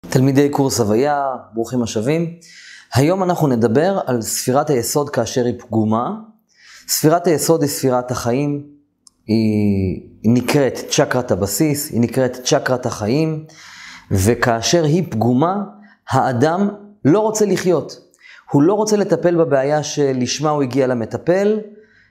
תלמידי קורס הוויה, ברוכים השבים. היום אנחנו נדבר על ספירת היסוד כאשר היא פגומה. ספירת היסוד היא ספירת החיים, היא נקראת צ'קרת הבסיס, היא נקראת צ'קרת החיים, וכאשר היא פגומה, האדם לא רוצה לחיות. הוא לא רוצה לטפל בבעיה שלשמה הוא הגיע למטפל.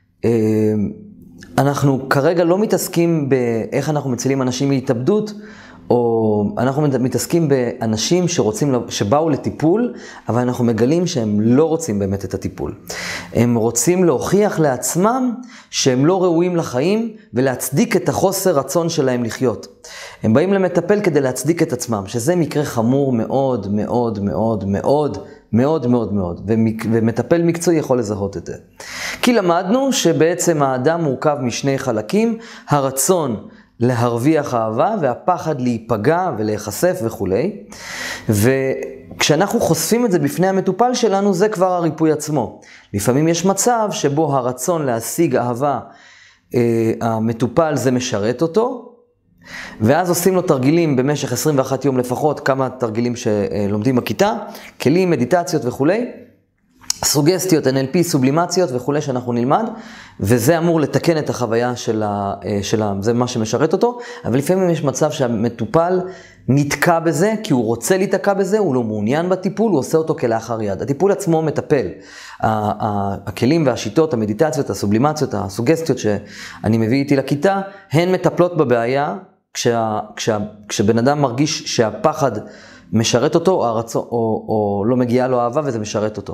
אנחנו כרגע לא מתעסקים באיך אנחנו מצילים אנשים מהתאבדות, או אנחנו מתעסקים באנשים שבאו לטיפול, אבל אנחנו מגלים שהם לא רוצים באמת את הטיפול. הם רוצים להוכיח לעצמם שהם לא ראויים לחיים, ולהצדיק את החוסר רצון שלהם לחיות. הם באים למטפל כדי להצדיק את עצמם, שזה מקרה חמור מאוד מאוד מאוד מאוד מאוד מאוד מאוד, ומטפל מקצועי יכול לזהות את זה. כי למדנו שבעצם האדם מורכב משני חלקים, הרצון להרוויח אהבה והפחד להיפגע ולהיחשף וכו'. וכשאנחנו חושפים את זה בפני המטופל שלנו, זה כבר הריפוי עצמו. לפעמים יש מצב שבו הרצון להשיג אהבה, המטופל זה משרת אותו, ואז עושים לו תרגילים במשך 21 יום לפחות, כמה תרגילים שלומדים בכיתה, כלים, מדיטציות וכו'. סוגסטיות, NLP, סובלימציות וכו' שאנחנו נלמד, וזה אמור לתקן את החוויה זה מה שמשרת אותו, אבל לפעמים יש מצב שהמטופל נתקע בזה, כי הוא רוצה להתקע בזה, הוא לא מעוניין בטיפול, הוא עושה אותו כלאחר יד. הטיפול עצמו מטפל. הכלים והשיטות, המדיטציות, הסובלימציות, הסוגסטיות שאני מביא איתי לכיתה, הן מטפלות בבעיה, כשבן אדם מרגיש שהפחד משרת אותו, או לא מגיעה לו אהבה וזה משרת אותו.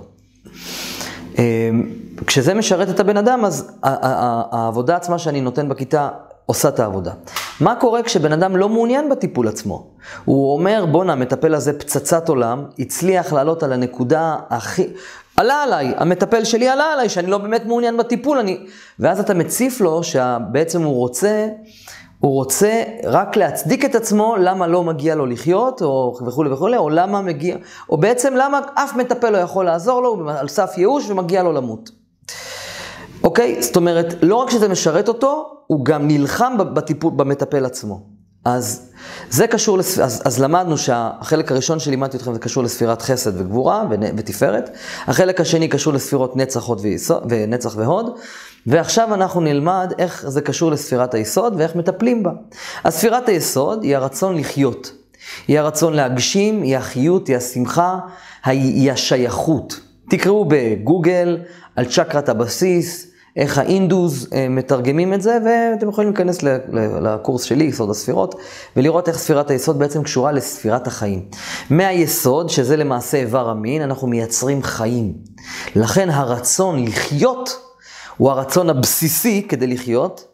כשזה משרת את הבן אדם, אז העבודה עצמה שאני נותן בכיתה עושה את העבודה. מה קורה כשבן אדם לא מעוניין בטיפול עצמו? הוא אומר, בוא המטפל הזה פצצת עולם, הצליח לעלות על הנקודה הכי... עלה עליי, המטפל שלי עלה עליי, שאני לא באמת מעוניין בטיפול, ואז אתה מציף לו שבעצם הוא רוצה רק להצדיק את עצמו, למה לא מגיע לו לחיות, או וכו' וכו', או למה מגיע, או בעצם למה אף מטפל לא יכול לעזור לו, הוא על סף ייאוש ומגיע לו למות. אוקיי? זאת אומרת, לא רק שזה משרת אותו, הוא גם נלחם בטיפול, במטפל עצמו. אז זה קשור, אז למדנו שהחלק הראשון שלימדתי אתכם זה קשור לספירת חסד וגבורה ותפארת. החלק השני קשור לספירות נצח והוד. ועכשיו אנחנו נלמד איך זה קשור לספירת היסוד ואיך מטפלים בה. הספירת היסוד היא הרצון לחיות. היא הרצון להגשים, היא החיות, היא השמחה, היא השייכות. תקראו בגוגל על צ'קרת הבסיס, איך האינדוז מתרגמים את זה, ואתם יכולים להיכנס לקורס שלי, יסוד הספירות, ולראות איך ספירת היסוד בעצם קשורה לספירת החיים. מהיסוד, שזה למעשה איבר המין, אנחנו מייצרים חיים. לכן הרצון לחיות הוא הרצון הבסיסי כדי לחיות,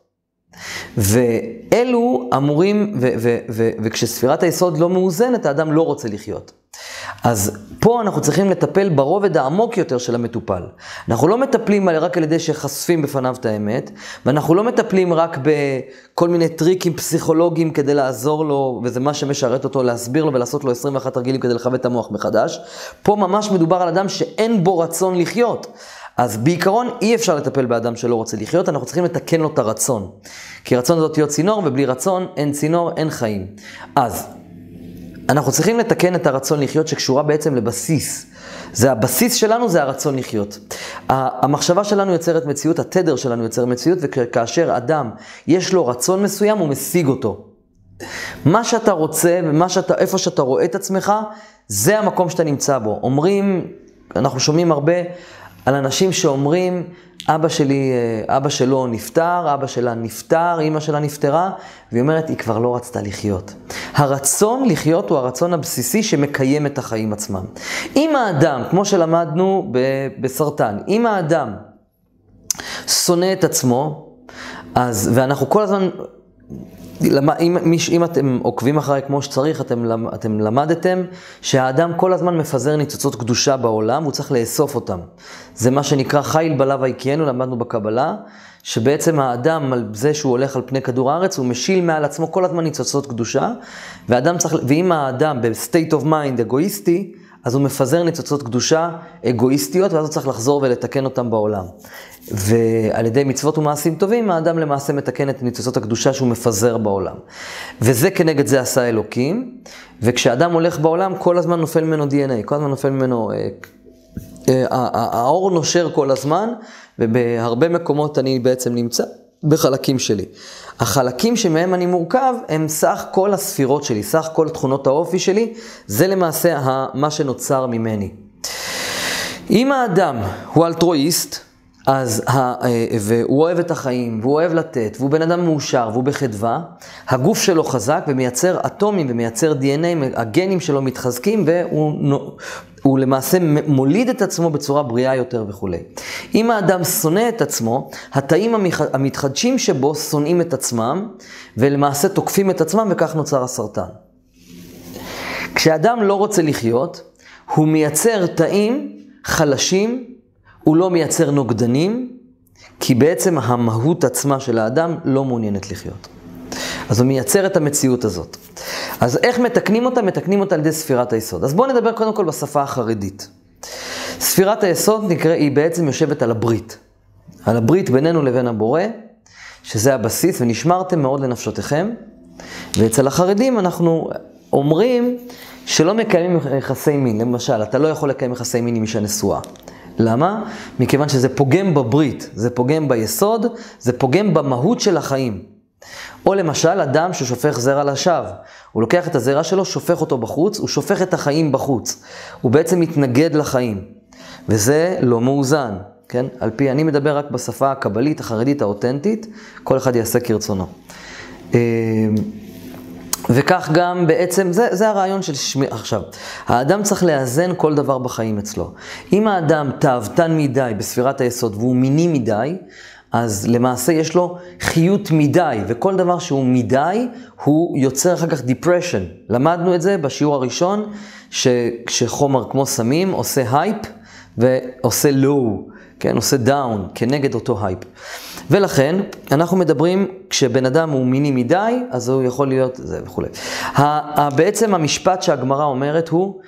ואלו אמורים, וכשספירת היסוד לא מאוזנת, האדם לא רוצה לחיות. אז פה אנחנו צריכים לטפל ברובד העמוק יותר של המטופל. אנחנו לא מטפלים רק על ידי שחשפים בפניו את האמת, ואנחנו לא מטפלים רק בכל מיני טריקים פסיכולוגיים כדי לעזור לו, וזה מה שמשרת אותו, להסביר לו ולעשות לו 21 תרגילים כדי לכבד את המוח מחדש. פה ממש מדובר על אדם שאין בו רצון לחיות. אז בעיקרון אי אפשר לטפל באדם שלא רוצה לחיות, אנחנו צריכים לתקן לו את הרצון. כי רצון זאת להיות צינור, ובלי רצון אין צינור, אין חיים. אז אנחנו צריכים לתקן את הרצון לחיות שקשורה בעצם לבסיס. זה הבסיס שלנו, זה הרצון לחיות. המחשבה שלנו יוצרת מציאות, התדר שלנו יוצר מציאות, וכאשר אדם יש לו רצון מסוים, הוא משיג אותו. מה שאתה רוצה, איפה שאתה רואה את עצמך, זה המקום שאתה נמצא בו. אנחנו שומעים הרבה על אנשים שאומרים, אבא שלו נפטר, אבא שלה נפטר, אמא שלה נפטרה, והיא אומרת, היא כבר לא רצתה לחיות. הרצון לחיות הוא הרצון הבסיסי שמקיים את החיים עצמם. אם האדם, כמו שלמדנו בסרטן, אם האדם שונא את עצמו, ואנחנו כל הזמן, אם אתם עוקבים אחרי כמו שצריך, אתם למדתם שהאדם כל הזמן מפזר ניצוצות קדושה בעולם, הוא צריך לאסוף אותם. זה מה שנקרא חיל בלב היקיינו, למדנו בקבלה, שבעצם האדם על זה שהוא הולך על פני כדור הארץ, הוא משיל מעל עצמו כל הזמן ניצוצות קדושה, ואם האדם בסטייט אוף מיינד אגואיסטי, אז הוא מפזר ניצוצות קדושה אגואיסטיות, ואז הוא צריך לחזור ולתקן אותם בעולם. ועל ידי מצוות ומעשים טובים, האדם למעשה מתקן את ניצוצות הקדושה שהוא מפזר בעולם. וזה כנגד זה עשה אלוקים, וכשאדם הולך בעולם, כל הזמן נופל ממנו DNA, כל הזמן נופל ממנו, האור נושר כל הזמן, ובהרבה מקומות אני בעצם נמצא בחלקים שלי. החלקים שמהם אני מורכב, הם סך כל הספירות שלי, סך כל תכונות האופי שלי, זה למעשה מה שנוצר ממני. אם האדם הוא אלטרואיסט, והוא אוהב את החיים, והוא אוהב לתת, והוא בן אדם מאושר, והוא בחדווה, הגוף שלו חזק ומייצר אטומים ומייצר DNA, הגנים שלו מתחזקים, והוא למעשה מוליד את עצמו בצורה בריאה יותר וכו'. אם האדם שונא את עצמו, התאים המתחדשים שבו שונאים את עצמם, ולמעשה תוקפים את עצמם, וכך נוצר הסרטן. כשאדם לא רוצה לחיות, הוא מייצר תאים חלשים, הוא לא מייצר נוגדנים, כי בעצם המהות עצמה של האדם לא מעוניינת לחיות. אז הוא מייצר את המציאות הזאת. אז איך מתקנים אותה? מתקנים אותה על ידי ספירת היסוד. אז בואו נדבר קודם כל בשפה החרדית. ספירת היסוד היא בעצם יושבת על הברית. על הברית בינינו לבין הבורא, שזה הבסיס, ונשמרתם מאוד לנפשותיכם. ואצל החרדים אנחנו אומרים שלא מקיימים יחסי מין. למשל, אתה לא יכול לקיים יחסי מין עם אישה נשואה. למה? מכיוון שזה פוגם בברית, זה פוגם ביסוד, זה פוגם במהות של החיים. או למשל, אדם ששופך זרע לשווא. הוא לוקח את הזרע שלו, שופך אותו בחוץ, הוא שופך את החיים בחוץ. הוא בעצם מתנגד לחיים. וזה לא מאוזן, כן? על פי, אני מדבר רק בשפה הקבלית, החרדית, האותנטית, כל אחד יעשה כרצונו. וכך גם בעצם, זה הרעיון של עכשיו, האדם צריך לאזן כל דבר בחיים אצלו. אם האדם תאוותן מדי בספירת היסוד והוא מיני מדי, אז למעשה יש לו חיות מדי, וכל דבר שהוא מדי, הוא יוצר אחר כך depression. למדנו את זה בשיעור הראשון, שחומר כמו סמים עושה הייפ ועושה low, כן, עושה דאון, כנגד אותו הייפ. ולכן, אנחנו מדברים, כשבן אדם הוא מיני מדי, אז הוא יכול להיות זה וכו'. בעצם המשפט שהגמרא אומרת הוא,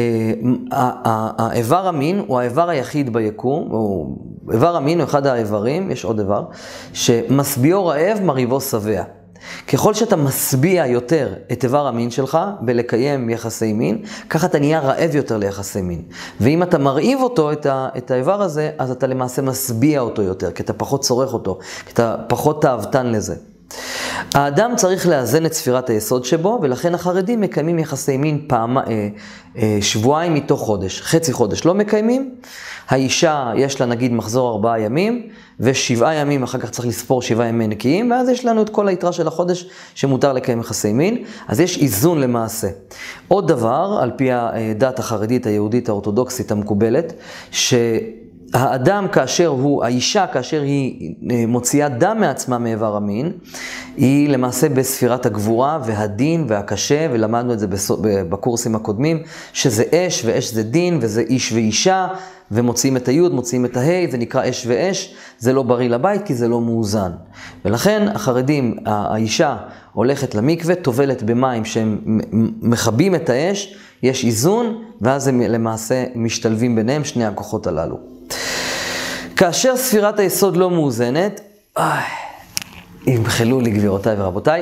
האיבר המין הוא האיבר היחיד ביקום, איבר המין הוא אחד האיברים, יש עוד איבר, שמשביעו רעב מרהיבו שבע. ככל שאתה משביע יותר את איבר המין שלך בלקיים יחסי מין, ככה אתה נהיה רעב יותר ליחסי מין. ואם אתה מרעיב אותו, את האיבר הזה, אז אתה למעשה משביע אותו יותר, כי אתה פחות צורך אותו, כי אתה פחות תאוותן לזה. האדם צריך לאזן את ספירת היסוד שבו, ולכן החרדים מקיימים יחסי מין שבועיים מתוך חודש, חצי חודש לא מקיימים. האישה יש לה נגיד מחזור 4 ימים, ו7 ימים אחר כך צריך לספור 7 ימי נקיים, ואז יש לנו את כל היתרה של החודש שמותר לקיים יחסי מין, אז יש איזון למעשה. עוד דבר, על פי הדת החרדית, היהודית, האורתודוקסית המקובלת, האדם האישה כאשר היא מוציאה דם מעצמה מאיבר המין, היא למעשה בספירת הגבורה והדין והקשה, ולמדנו את זה בקורסים הקודמים, שזה אש, ואש זה דין, וזה איש ואישה, ומוציאים את היוד, מוציאים את ההי, זה נקרא אש ואש, זה לא בריא לבית כי זה לא מאוזן. ולכן החרדים, האישה הולכת למקווה, טובלת במים שהם מכבים את האש, יש איזון, ואז הם למעשה משתלבים ביניהם שני הכוחות הללו. כאשר ספירת היסוד לא מאוזנת, ימחלו לי גבירותיי ורבותיי,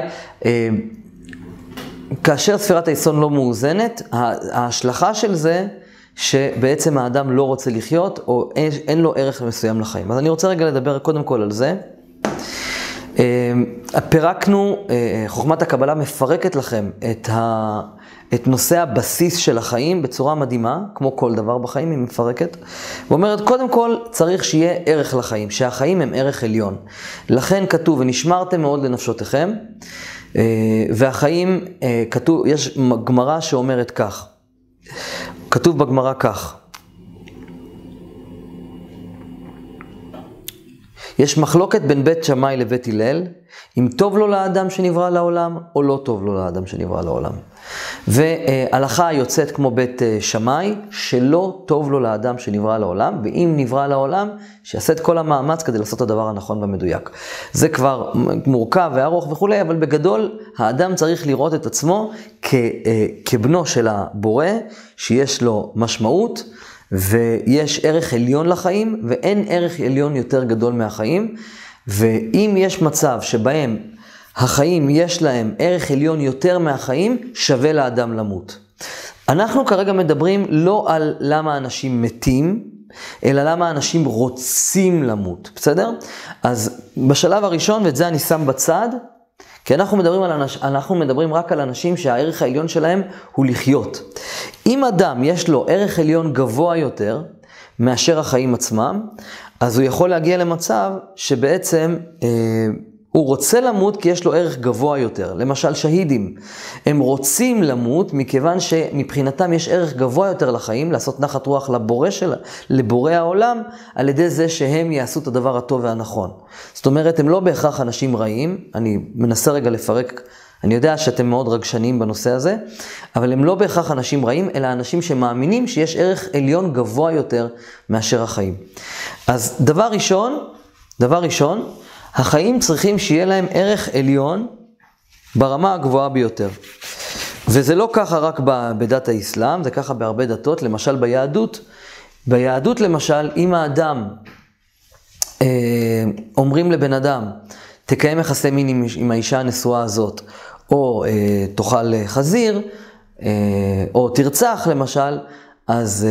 כאשר ספירת היסוד לא מאוזנת, ההשלכה של זה שבעצם האדם לא רוצה לחיות, או אין לו ערך מסוים לחיים. אז אני רוצה רגע לדבר קודם כל על זה. פירקנו, חוכמת הקבלה מפרקת לכם את נושא הבסיס של החיים בצורה מדהימה, כמו כל דבר בחיים היא מפרקת, ואומרת קודם כל צריך שיהיה ערך לחיים, שהחיים הם ערך עליון. לכן כתוב, ונשמרתם מאוד לנפשותיכם, והחיים, כתוב, יש גמרא שאומרת כך, כתוב בגמרא כך, יש מחלוקת בין בית שמאי לבית הלל, אם טוב לו לאדם שנברא לעולם, או לא טוב לו לאדם שנברא לעולם. והלכה יוצאת כמו בית שמאי, שלא טוב לו לאדם שנברא לעולם, ואם נברא לעולם, שיעשה את כל המאמץ כדי לעשות את הדבר הנכון והמדויק. זה כבר מורכב וארוך וכו', אבל בגדול, האדם צריך לראות את עצמו כבנו של הבורא, שיש לו משמעות, ויש ערך עליון לחיים, ואין ערך עליון יותר גדול מהחיים, ואם יש מצב שבהם החיים יש להם ערך עליון יותר מהחיים, שווה לאדם למות. אנחנו כרגע מדברים לא על למה אנשים מתים, אלא למה אנשים רוצים למות, בסדר? אז בשלב הראשון, ואת זה אני שם בצד, כי אנחנו מדברים רק על אנשים שהערך העליון שלהם הוא לחיות. אם אדם יש לו ערך עליון גבוה יותר מאשר החיים עצמם, אז הוא יכול להגיע למצב שבעצם הוא רוצה למות כי יש לו ערך גבוה יותר. למשל שהידים, הם רוצים למות מכיוון שמבחינתם יש ערך גבוה יותר לחיים, לעשות נחת רוח לבורא העולם, על ידי זה שהם יעשו את הדבר הטוב והנכון. זאת אומרת, הם לא בהכרח אנשים רעים, אני מנסה רגע לפרק, אני יודע שאתם מאוד רגשניים בנושא הזה, אבל הם לא בהכרח אנשים רעים, אלא אנשים שמאמינים שיש ערך עליון גבוה יותר מאשר החיים. אז דבר ראשון, החיים צריכים שיהיה להם ערך עליון ברמה הגבוהה ביותר. וזה לא ככה רק בדת האסלאם, זה ככה בהרבה דתות, למשל ביהדות. ביהדות למשל, אם האדם, אומרים לבן אדם, תקיים יחסי מין עם האישה הנשואה הזאת, או תאכל חזיר, או תרצח למשל, אז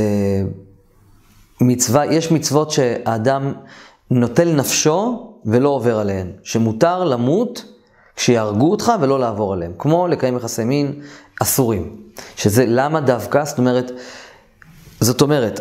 יש מצוות שהאדם נוטל נפשו ולא עובר עליהן, שמותר למות כשיהרגו אותך ולא לעבור עליהם, כמו לקיים יחסי מין אסורים. שזה למה דווקא? זאת אומרת,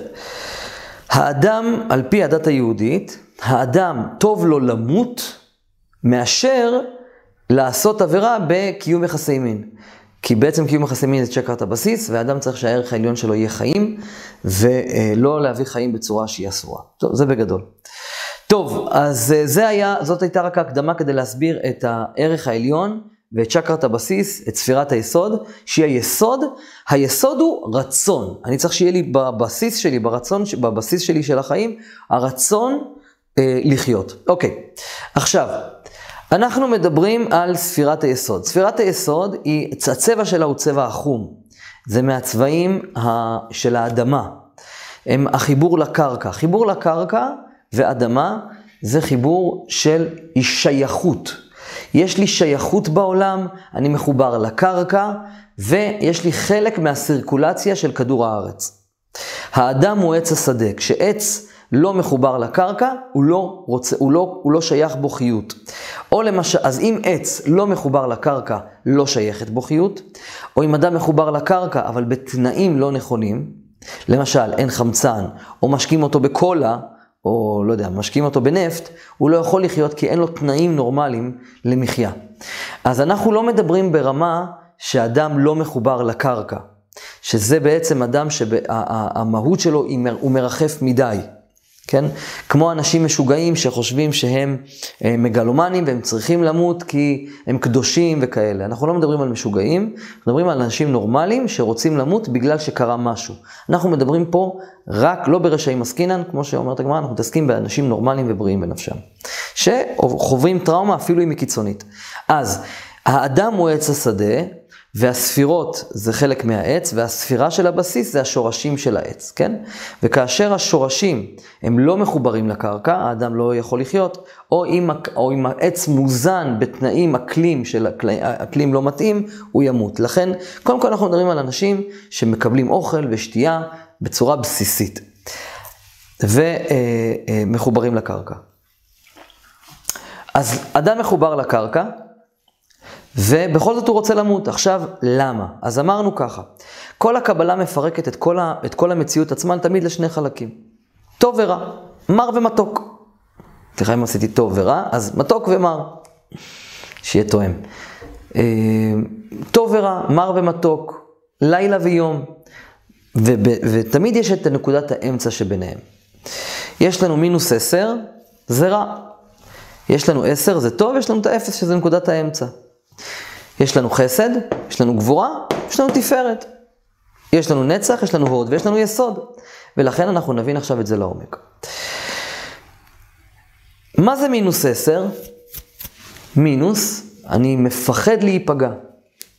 האדם, על פי הדת היהודית, האדם טוב לו למות מאשר לעשות עבירה בקיום יחסי מין. כי בעצם קיום יחסי מין זה צ'קרת הבסיס, והאדם צריך שהערך העליון שלו יהיה חיים, ולא להביא חיים בצורה שהיא אסורה. טוב, זה בגדול. טוב, אז זאת הייתה רק ההקדמה כדי להסביר את הערך העליון, ואת צ'קרת הבסיס, את ספירת היסוד, שהיא היסוד. היסוד הוא רצון. אני צריך שיהיה לי בבסיס שלי, בבסיס שלי של החיים, הרצון לחיות. אוקיי, עכשיו, אנחנו מדברים על ספירת היסוד. ספירת היסוד, הצבע שלה הוא צבע החום. זה מהצבעים של האדמה. הם החיבור לקרקע. חיבור לקרקע ואדמה זה חיבור של שייכות. יש לי שייכות בעולם, אני מחובר לקרקע, ויש לי חלק מהסירקולציה של כדור הארץ. האדם הוא עץ השדה. כשעץ לא מחובר לקרקע, הוא לא שייך בו חיות. או למשל, אז אם עץ לא מחובר לקרקע, לא שייכת בו חיות, או אם אדם מחובר לקרקע, אבל בתנאים לא נכונים, למשל, אין חמצן, או משקים אותו בקולה, או לא יודע, משקים אותו בנפט, הוא לא יכול לחיות כי אין לו תנאים נורמליים למחיה. אז אנחנו לא מדברים ברמה שאדם לא מחובר לקרקע, שזה בעצם אדם שהמהות שלו הוא מרחף מדי. כן? כמו אנשים משוגעים שחושבים שהם מגלומנים והם צריכים למות כי הם קדושים וכאלה. אנחנו לא מדברים על משוגעים, אנחנו מדברים על אנשים נורמליים שרוצים למות בגלל שקרה משהו. אנחנו מדברים פה רק לא ברשעים עסקינן, כמו שאומרת הגמרא, אנחנו מתעסקים באנשים נורמליים ובריאים בנפשם, שחווים טראומה אפילו אם היא קיצונית. אז האדם הוא עץ השדה, והספירות זה חלק מהעץ, והספירה של הבסיס זה השורשים של העץ, כן? וכאשר השורשים הם לא מחוברים לקרקע, האדם לא יכול לחיות, או אם העץ מוזן בתנאים אקלים לא מתאים, הוא ימות. לכן, קודם כל אנחנו מדברים על אנשים שמקבלים אוכל ושתייה בצורה בסיסית, ומחוברים לקרקע. אז אדם מחובר לקרקע, ובכל זאת הוא רוצה למות. עכשיו, למה? אז אמרנו ככה, כל הקבלה מפרקת את כל המציאות עצמה תמיד לשני חלקים. טוב ורע, מר ומתוק. תראה אם עשיתי טוב ורע, אז מתוק ומר, שיהיה תואם. טוב ורע, מר ומתוק, לילה ויום, ותמיד יש את נקודת האמצע שביניהם. יש לנו מינוס 10, זה רע. יש לנו 10, זה טוב, יש לנו את ה-0 שזה נקודת האמצע. יש לנו חסד, יש לנו גבורה, יש לנו תפארת. יש לנו נצח, יש לנו הוד ויש לנו יסוד. ולכן אנחנו נבין עכשיו את זה לעומק. מה זה מינוס 10? מינוס, אני מפחד להיפגע.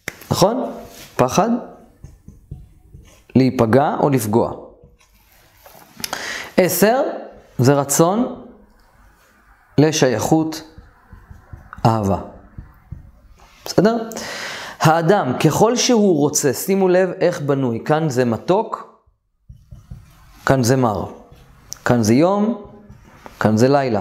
נכון? פחד? להיפגע או לפגוע. 10 זה רצון לשייכות, אהבה. בסדר? האדם, ככל שהוא רוצה, שימו לב איך בנוי, כאן זה מתוק, כאן זה מר, כאן זה יום, כאן זה לילה.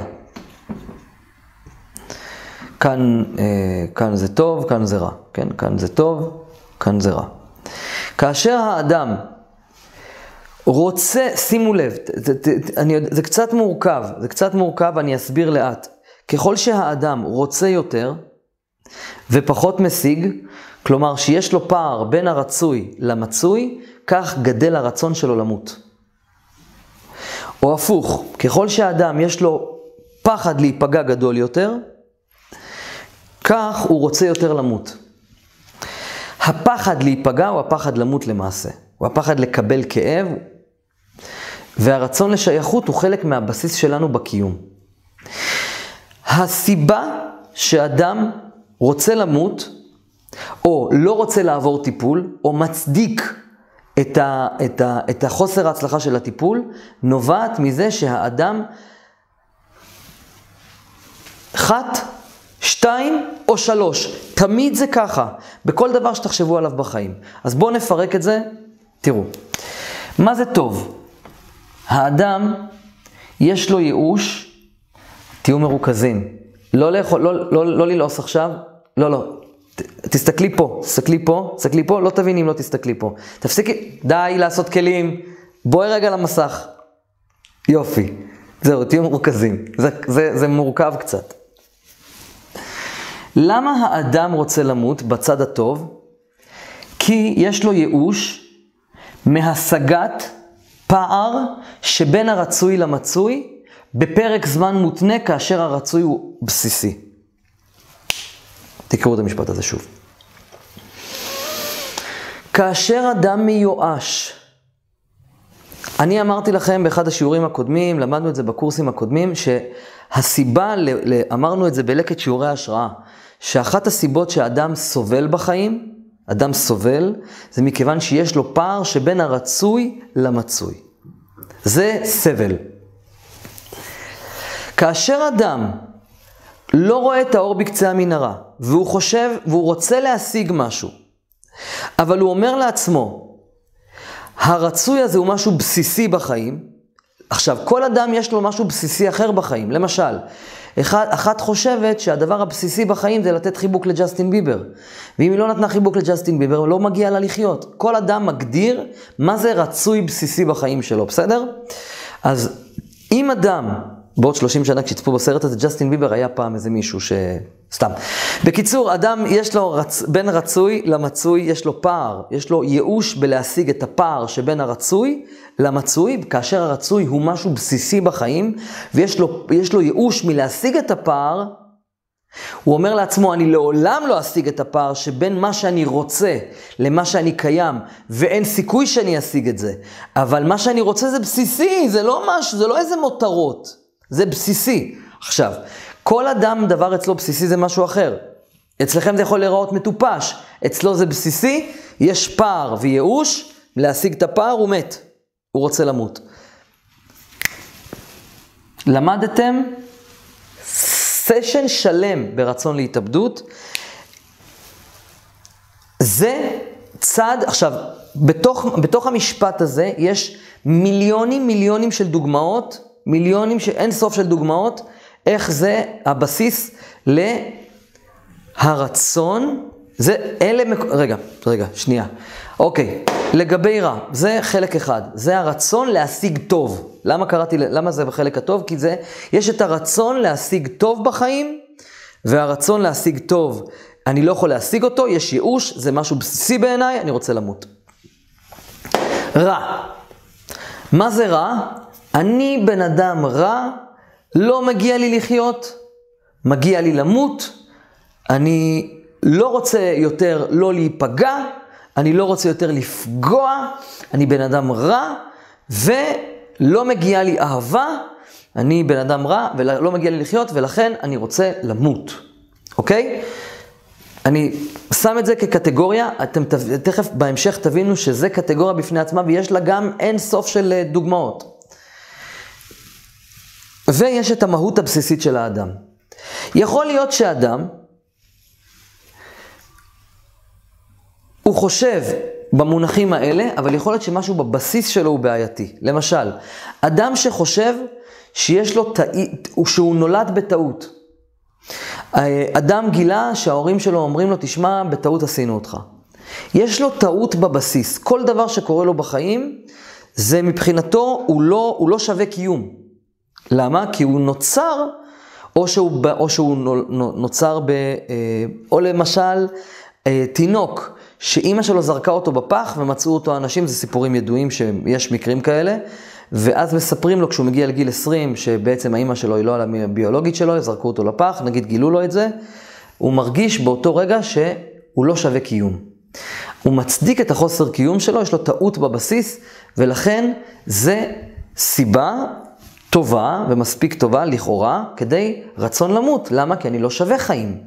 כאן זה טוב, כאן זה רע. כן? כאן זה טוב, כאן זה רע. כאשר האדם רוצה, שימו לב, זה קצת מורכב, אני אסביר לאט. ככל שהאדם רוצה יותר ופחות משיג, כלומר שיש לו פער בין הרצוי למצוי, כך גדל הרצון שלו למות. או הפוך, ככל שהאדם יש לו פחד להיפגע גדול יותר, כך הוא רוצה יותר למות. הפחד להיפגע הוא הפחד למות למעשה. הוא הפחד לקבל כאב, והרצון לשייכות הוא חלק מהבסיס שלנו בקיום. הסיבה שאדם רוצה למות, או לא רוצה לעבור טיפול, או מצדיק את החוסר ההצלחה של הטיפול, נובעת מזה שהאדם 1, 2 או 3, תמיד זה ככה, בכל דבר שתחשבו עליו בחיים. אז בואו נפרק את זה, תראו. מה זה טוב? האדם, יש לו ייאוש, תהיו מרוכזים. לא ללעוס עכשיו, לא. תסתכלי פה, לא תביני אם לא תסתכלי פה. תפסיקי, די לעשות כלים, בואי רגע למסך. יופי, זהו, תהיו מרוכזים. זה מורכב קצת. למה האדם רוצה למות בצד הטוב? כי יש לו ייאוש מהשגת פער שבין הרצוי למצוי בפרק זמן מותנה כאשר הרצוי הוא בסיסי. תקראו את המשפט הזה שוב. כאשר אדם מיואש, אני אמרתי לכם באחד השיעורים הקודמים, למדנו את זה בקורסים הקודמים, שהסיבה, אמרנו את זה בלקט שיעורי השראה, שאחת הסיבות שאדם סובל בחיים, אדם סובל, זה מכיוון שיש לו פער שבין הרצוי למצוי. זה סבל. כאשר אדם לא רואה את האור בקצה המנהרה, והוא חושב, והוא רוצה להשיג משהו, אבל הוא אומר לעצמו, הרצוי הזה הוא משהו בסיסי בחיים. עכשיו, כל אדם יש לו משהו בסיסי אחר בחיים. למשל, אחת חושבת שהדבר הבסיסי בחיים זה לתת חיבוק לג'סטין ביבר. ואם היא לא נתנה חיבוק לג'סטין ביבר, לא מגיע לה לחיות. כל אדם מגדיר מה זה רצוי בסיסי בחיים שלו, בסדר? אז אם אדם, בעוד 30 שנה כשצפו בסרט הזה, ג'סטין ביבר היה פעם איזה מישהו סתם. בקיצור, אדם יש לו, בין רצוי למצוי יש לו פער, יש לו ייאוש בלהשיג את הפער שבין הרצוי למצוי, כאשר הרצוי הוא משהו בסיסי בחיים, ויש לו ייאוש מלהשיג את הפער, הוא אומר לעצמו, אני לעולם לא אשיג את הפער שבין מה שאני רוצה למה שאני קיים, ואין סיכוי שאני אשיג את זה. אבל מה שאני רוצה זה בסיסי, זה לא איזה מותרות, זה בסיסי. עכשיו, כל אדם דבר אצלו בסיסי זה משהו אחר. אצלכם זה יכול להיראות מטופש. אצלו זה בסיסי, יש פער וייאוש, להשיג את הפער הוא מת. הוא רוצה למות. למדתם סשן שלם ברצון להתאבדות. זה צד, עכשיו, בתוך המשפט הזה יש מיליונים של דוגמאות, אין סוף של דוגמאות, איך זה הבסיס להרצון, רגע, שנייה. אוקיי, לגבי רע, זה חלק אחד, זה הרצון להשיג טוב. למה זה בחלק הטוב? כי יש את הרצון להשיג טוב בחיים, והרצון להשיג טוב, אני לא יכול להשיג אותו, יש ייאוש, זה משהו בסיסי בעיניי, אני רוצה למות. רע. מה זה רע? אני בן אדם רע, לא מגיע לי לחיות, מגיע לי למות, אני לא רוצה יותר לא להיפגע, אני לא רוצה יותר לפגוע, אני בן אדם רע, ולא מגיע לי אהבה, אני בן אדם רע ולא מגיע לי לחיות, ולכן אני רוצה למות. אוקיי? אני שם את זה כקטגוריה, אתם תכף בהמשך תבינו שזה קטגוריה בפני עצמה, ויש לה גם אין סוף של דוגמאות. ויש את המהות הבסיסית של האדם. יכול להיות שאדם, הוא חושב במונחים האלה, אבל יכול להיות שמשהו בבסיס שלו הוא בעייתי. למשל, אדם שחושב שיש לו שהוא נולד בטעות. אדם גילה שההורים שלו אומרים לו, תשמע, בטעות עשינו אותך. יש לו טעות בבסיס. כל דבר שקורה לו בחיים, זה מבחינתו, הוא לא שווה קיום. למה? כי הוא נוצר, או שהוא נוצר או למשל, תינוק, שאימא שלו זרקה אותו בפח ומצאו אותו אנשים, זה סיפורים ידועים שיש מקרים כאלה, ואז מספרים לו כשהוא מגיע לגיל 20, שבעצם האימא שלו היא לא על הביולוגית שלו, זרקו אותו לפח, נגיד גילו לו את זה, הוא מרגיש באותו רגע שהוא לא שווה קיום. הוא מצדיק את החוסר קיום שלו, יש לו טעות בבסיס, ולכן זה סיבה טובה ומספיק טובה לכאורה, כדי רצון למות. למה? כי אני לא שווה חיים.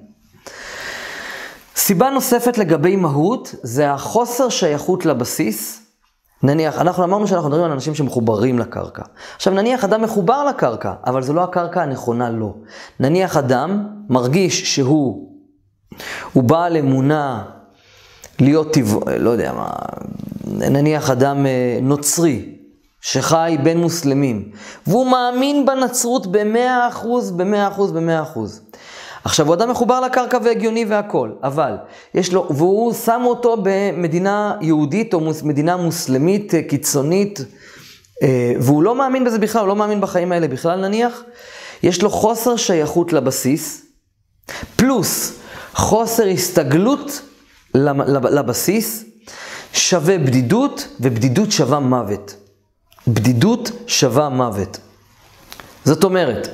סיבה נוספת לגבי מהות, זה החוסר שייכות לבסיס. נניח, אנחנו אמרנו שאנחנו מדברים על אנשים שמחוברים לקרקע. עכשיו נניח אדם מחובר לקרקע, אבל זו לא הקרקע הנכונה לו. נניח אדם מרגיש שהוא בעל אמונה להיות לא יודע מה, נניח אדם נוצרי, שחי בין מוסלמים, והוא מאמין בנצרות ב100%. עכשיו, הוא אדם מחובר לקרקע והגיוני והכל, אבל יש לו, והוא שם אותו במדינה יהודית או מדינה מוסלמית קיצונית, והוא לא מאמין בזה בכלל, הוא לא מאמין בחיים האלה בכלל נניח, יש לו חוסר שייכות לבסיס, פלוס חוסר הסתגלות לבסיס, שווה בדידות, ובדידות שווה מוות. בדידות שווה מוות. זאת אומרת,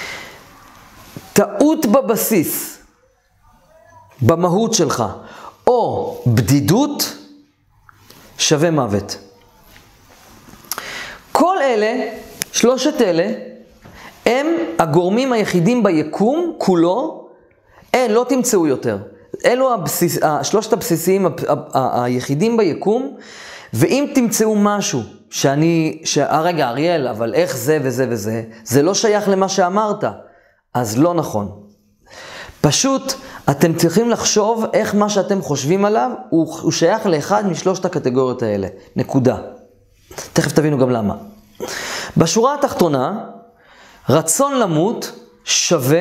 טעות בבסיס, במהות שלך, או בדידות, שווה מוות. כל אלה, שלושת אלה, הם הגורמים היחידים ביקום כולו, לא תמצאו יותר. אלו שלושת הבסיסיים היחידים ביקום, ואם תמצאו משהו רגע אריאל, אבל איך זה וזה וזה, זה לא שייך למה שאמרת, אז לא נכון. פשוט אתם צריכים לחשוב איך מה שאתם חושבים עליו, הוא שייך לאחד משלושת הקטגוריות האלה. נקודה. תכף תבינו גם למה. בשורה התחתונה, רצון למות שווה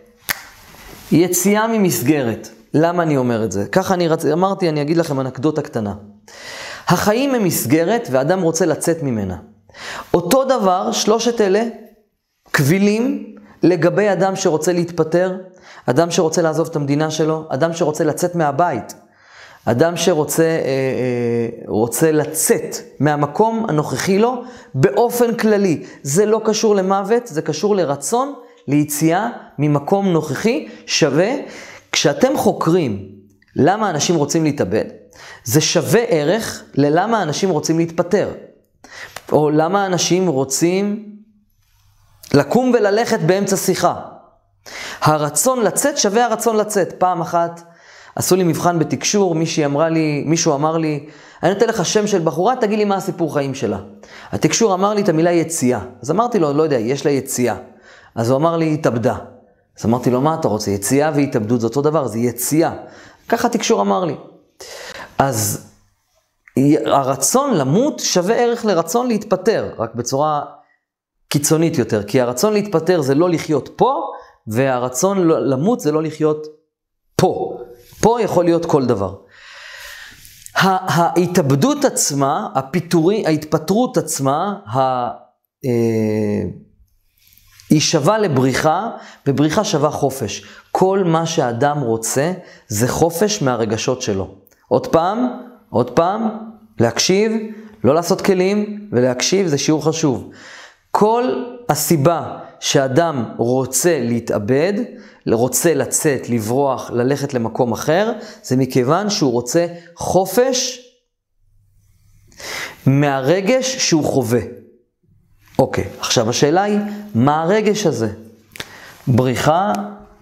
יציאה ממסגרת. למה אני אומר את זה? ככה אמרתי, אני אגיד לכם אנקדוטה קטנה. החיים הם מסגרת ואדם רוצה לצאת ממנה. אותו דבר, שלושת אלה קבילים לגבי אדם שרוצה להתפטר, אדם שרוצה לעזוב את המדינה שלו, אדם שרוצה לצאת מהבית, אדם שרוצה לצאת מהמקום הנוכחי לו באופן כללי. זה לא קשור למוות, זה קשור לרצון, ליציאה ממקום נוכחי שווה. כשאתם חוקרים למה אנשים רוצים להתאבד, זה שווה ערך ללמה אנשים רוצים להתפטר. או למה אנשים רוצים לקום וללכת באמצע שיחה. הרצון לצאת שווה הרצון לצאת. פעם אחת עשו לי מבחן בתקשור, מישהו אמר לי, אני נותן לך שם של בחורה, תגיד לי מה הסיפור חיים שלה. התקשור אמר לי את המילה יציאה. אז אמרתי לו, לא יודע, יש לה יציאה. אז הוא אמר לי, התאבדה. אז אמרתי לו, מה אתה רוצה? יציאה והתאבדות זה אותו דבר, זה יציאה. ככה התקשור אמר לי. אז הרצון למות שווה ערך לרצון להתפטר, רק בצורה קיצונית יותר. כי הרצון להתפטר זה לא לחיות פה, והרצון למות זה לא לחיות פה. פה יכול להיות כל דבר. ההתאבדות עצמה, ההתפטרות עצמה, היא שווה לבריחה, ובריחה שווה חופש. כל מה שהאדם רוצה זה חופש מהרגשות שלו. עוד פעם, להקשיב, לא לעשות כלים, ולהקשיב זה שיעור חשוב. כל הסיבה שאדם רוצה להתאבד, רוצה לצאת, לברוח, ללכת למקום אחר, זה מכיוון שהוא רוצה חופש מהרגש שהוא חווה. אוקיי, עכשיו השאלה היא, מה הרגש הזה? בריחה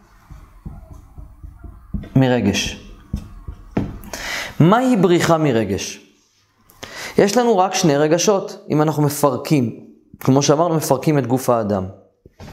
מרגש. מהי בריחה מרגש? יש לנו רק שני רגשות, אם אנחנו מפרקים. כמו שאמרנו, מפרקים את גוף האדם.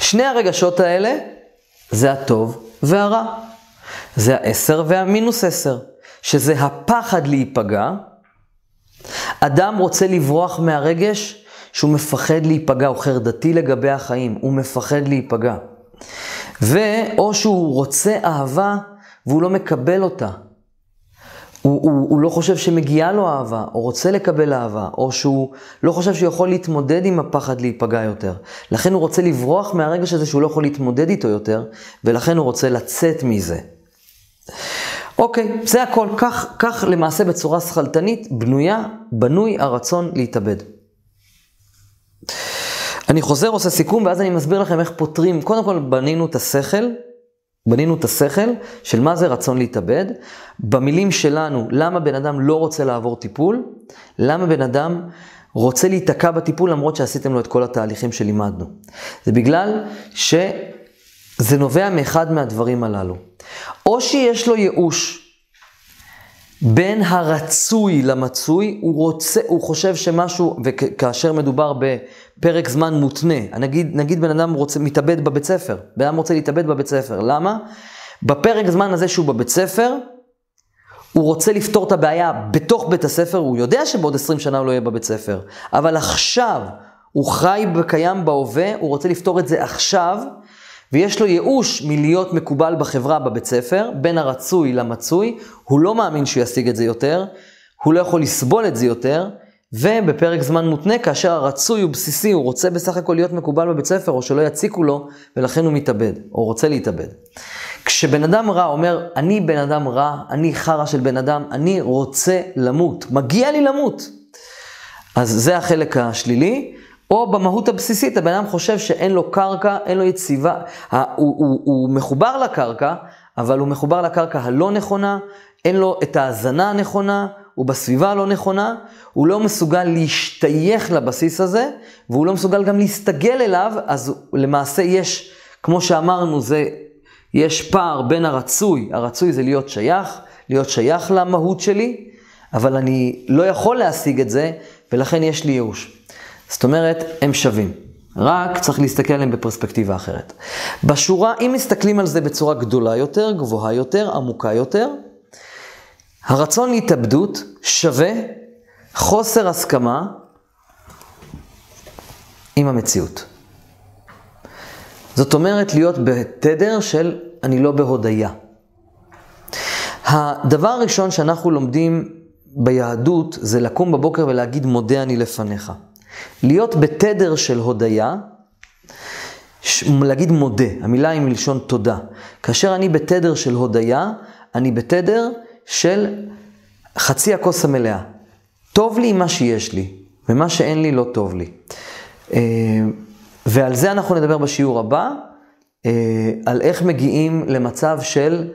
שני הרגשות האלה זה הטוב והרע. זה ה-10 והמינוס 10, שזה הפחד להיפגע. אדם רוצה לברוח מהרגש שהוא מפחד להיפגע, הוא חרדתי לגבי החיים, הוא מפחד להיפגע. או שהוא רוצה אהבה והוא לא מקבל אותה. הוא לא חושב שמגיעה לו אהבה, או רוצה לקבל אהבה, או שהוא לא חושב שהוא יכול להתמודד עם הפחד להיפגע יותר. לכן הוא רוצה לברוח מהרגש הזה שהוא לא יכול להתמודד איתו יותר, ולכן הוא רוצה לצאת מזה. אוקיי, זה הכל. כך למעשה בצורה שכלתנית בנוי הרצון להתאבד. אני חוזר, עושה סיכום, ואז אני מסביר לכם איך פותרים. קודם כל בנינו את השכל של מה זה רצון להתאבד. במילים שלנו, למה בן אדם לא רוצה לעבור טיפול? למה בן אדם רוצה להיתקע בטיפול למרות שעשיתם לו את כל התהליכים שלימדנו? זה בגלל שזה נובע מאחד מהדברים הללו. או שיש לו ייאוש בין הרצוי למצוי, הוא חושב שמשהו, וכאשר מדובר בפרק זמן מותנה, נגיד בן אדם מתאבד בבית ספר, בן אדם רוצה להתאבד בבית ספר, למה? בפרק זמן הזה שהוא בבית ספר, הוא רוצה לפתור את הבעיה בתוך בית הספר, הוא יודע שבעוד 20 שנה הוא לא יהיה בבית ספר, אבל עכשיו הוא חי וקיים בהווה, הוא רוצה לפתור את זה עכשיו, ויש לו ייאוש מלהיות מקובל בחברה בבית ספר, בין הרצוי למצוי, הוא לא מאמין שהוא ישיג את זה יותר, הוא לא יכול לסבול את זה יותר, ובפרק זמן מותנה, כאשר הרצוי הוא בסיסי, הוא רוצה בסך הכל להיות מקובל בבית ספר, או שלא יציקו לו, ולכן הוא מתאבד, או רוצה להתאבד. כשבן אדם רע אומר, אני בן אדם רע, אני חרא של בן אדם, אני רוצה למות, מגיע לי למות. אז זה החלק השלילי. או במהות הבסיסית, הבן אדם חושב שאין לו קרקע, אין לו יציבה, הוא מחובר לקרקע, אבל הוא מחובר לקרקע הלא נכונה, אין לו את ההזנה הנכונה, הוא בסביבה הלא נכונה, הוא לא מסוגל להשתייך לבסיס הזה, והוא לא מסוגל גם להסתגל אליו, אז למעשה יש, כמו שאמרנו, יש פער בין הרצוי זה להיות שייך למהות שלי, אבל אני לא יכול להשיג את זה, ולכן יש לי ייאוש. זאת אומרת, הם שווים. רק צריך להסתכל עליהם בפרספקטיבה אחרת. בשורה, אם מסתכלים על זה בצורה גדולה יותר, גבוהה יותר, עמוקה יותר, הרצון להתאבדות שווה חוסר הסכמה עם המציאות. זאת אומרת, להיות בתדר של אני לא בהודיה. הדבר הראשון שאנחנו לומדים ביהדות זה לקום בבוקר ולהגיד מודה אני לפניך. להיות בתדר של הודיה, להגיד מודה, המילה היא מלשון תודה. כאשר אני בתדר של הודיה, אני בתדר של חצי הכוס המלאה. טוב לי מה שיש לי, ומה שאין לי לא טוב לי. ועל זה אנחנו נדבר בשיעור הבא, על איך מגיעים למצב של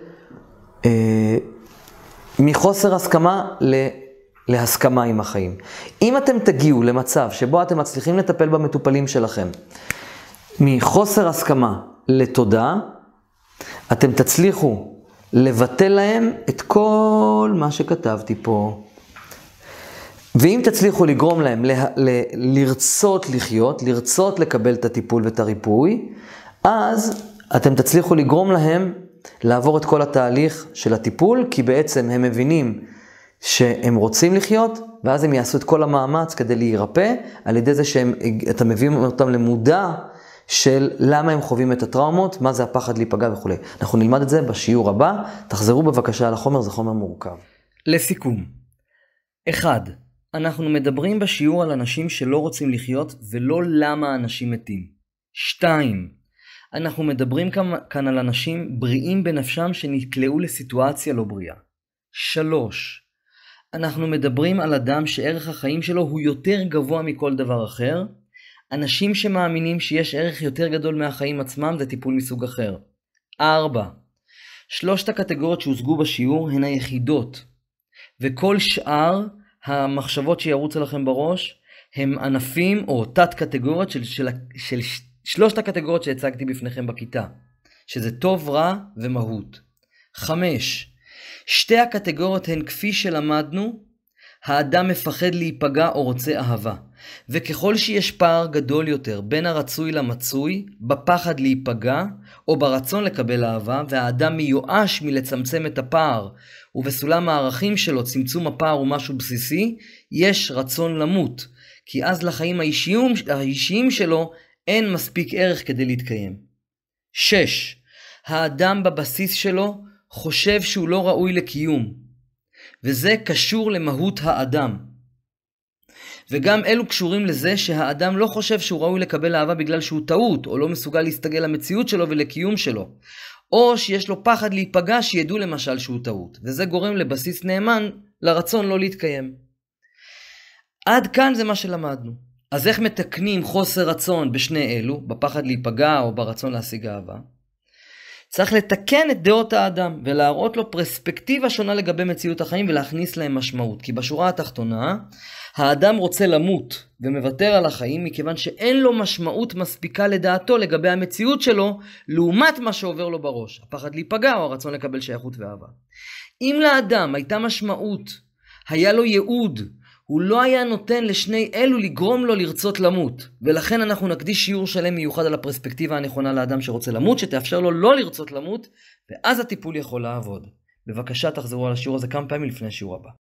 מחוסר הסכמה להסכמה עם החיים. אם אתם תגיעו למצב שבו אתם מצליחים לטפל במטופלים שלכם, מחוסר הסכמה לתודה, אתם תצליחו לבטל להם את כל מה שכתבתי פה. ואם תצליחו לגרום להם לרצות לחיות, לרצות לקבל את הטיפול ואת הריפוי, אז אתם תצליחו לגרום להם לעבור את כל התהליך של הטיפול, כי בעצם הם מבינים שהם רוצים לחיות, ואז הם יעשו את כל המאמץ כדי להירפא, על ידי זה שאתם מביאים אותם למודע של למה הם חווים את הטראומות, מה זה הפחד להיפגע וכו'. אנחנו נלמד את זה בשיעור הבא. תחזרו בבקשה על החומר, זה חומר מורכב. לסיכום. 1. אנחנו מדברים בשיעור על אנשים שלא רוצים לחיות, ולא למה אנשים מתים. 2. אנחנו מדברים כאן על אנשים בריאים בנפשם שנקלעו לסיטואציה לא בריאה. 3. אנחנו מדברים על אדם שערך החיים שלו הוא יותר גבוה מכל דבר אחר. אנשים שמאמינים שיש ערך יותר גדול מהחיים עצמם זה טיפול מסוג אחר. 4. 3 הקטגוריות שהושגו בשיעור הן היחידות, וכל שאר המחשבות שירוצו לכם בראש הם ענפים או תת קטגוריות של 3 הקטגוריות שהצגתי בפניכם בכיתה, שזה טוב, רע ומהות. 5. 2 הקטגוריות הן כפי שלמדנו, האדם מפחד להיפגע או רוצה אהבה. וככל שיש פער גדול יותר בין הרצוי למצוי, בפחד להיפגע או ברצון לקבל אהבה, והאדם מיואש מלצמצם את הפער, ובסולם הערכים שלו צמצום הפער הוא משהו בסיסי, יש רצון למות, כי אז לחיים האישיים שלו אין מספיק ערך כדי להתקיים. 6. האדם בבסיס שלו חושב שהוא לא ראוי לקיום, וזה קשור למהות האדם. וגם אלו קשורים לזה שהאדם לא חושב שהוא ראוי לקבל אהבה בגלל שהוא טעות, או לא מסוגל להסתגל למציאות שלו ולקיום שלו. או שיש לו פחד להיפגע שידעו למשל שהוא טעות. וזה גורם לבסיס נאמן לרצון לא להתקיים. עד כאן זה מה שלמדנו. אז איך מתקנים חוסר רצון בשני אלו, בפחד להיפגע או ברצון להשיג אהבה? צריך לתקן את דעות האדם ולהראות לו פרספקטיבה שונה לגבי מציאות החיים ולהכניס להם משמעות. כי בשורה התחתונה, האדם רוצה למות ומוותר על החיים מכיוון שאין לו משמעות מספיקה לדעתו לגבי המציאות שלו, לעומת מה שעובר לו בראש, הפחד להיפגע או הרצון לקבל שייכות ואהבה. אם לאדם הייתה משמעות, היה לו ייעוד, הוא לא היה נותן לשני אלו לגרום לו לרצות למות. ולכן אנחנו נקדיש שיעור שלם מיוחד על הפרספקטיבה הנכונה לאדם שרוצה למות, שתאפשר לו לא לרצות למות, ואז הטיפול יכול לעבוד. בבקשה תחזרו על השיעור הזה כמה פעמים לפני השיעור הבא.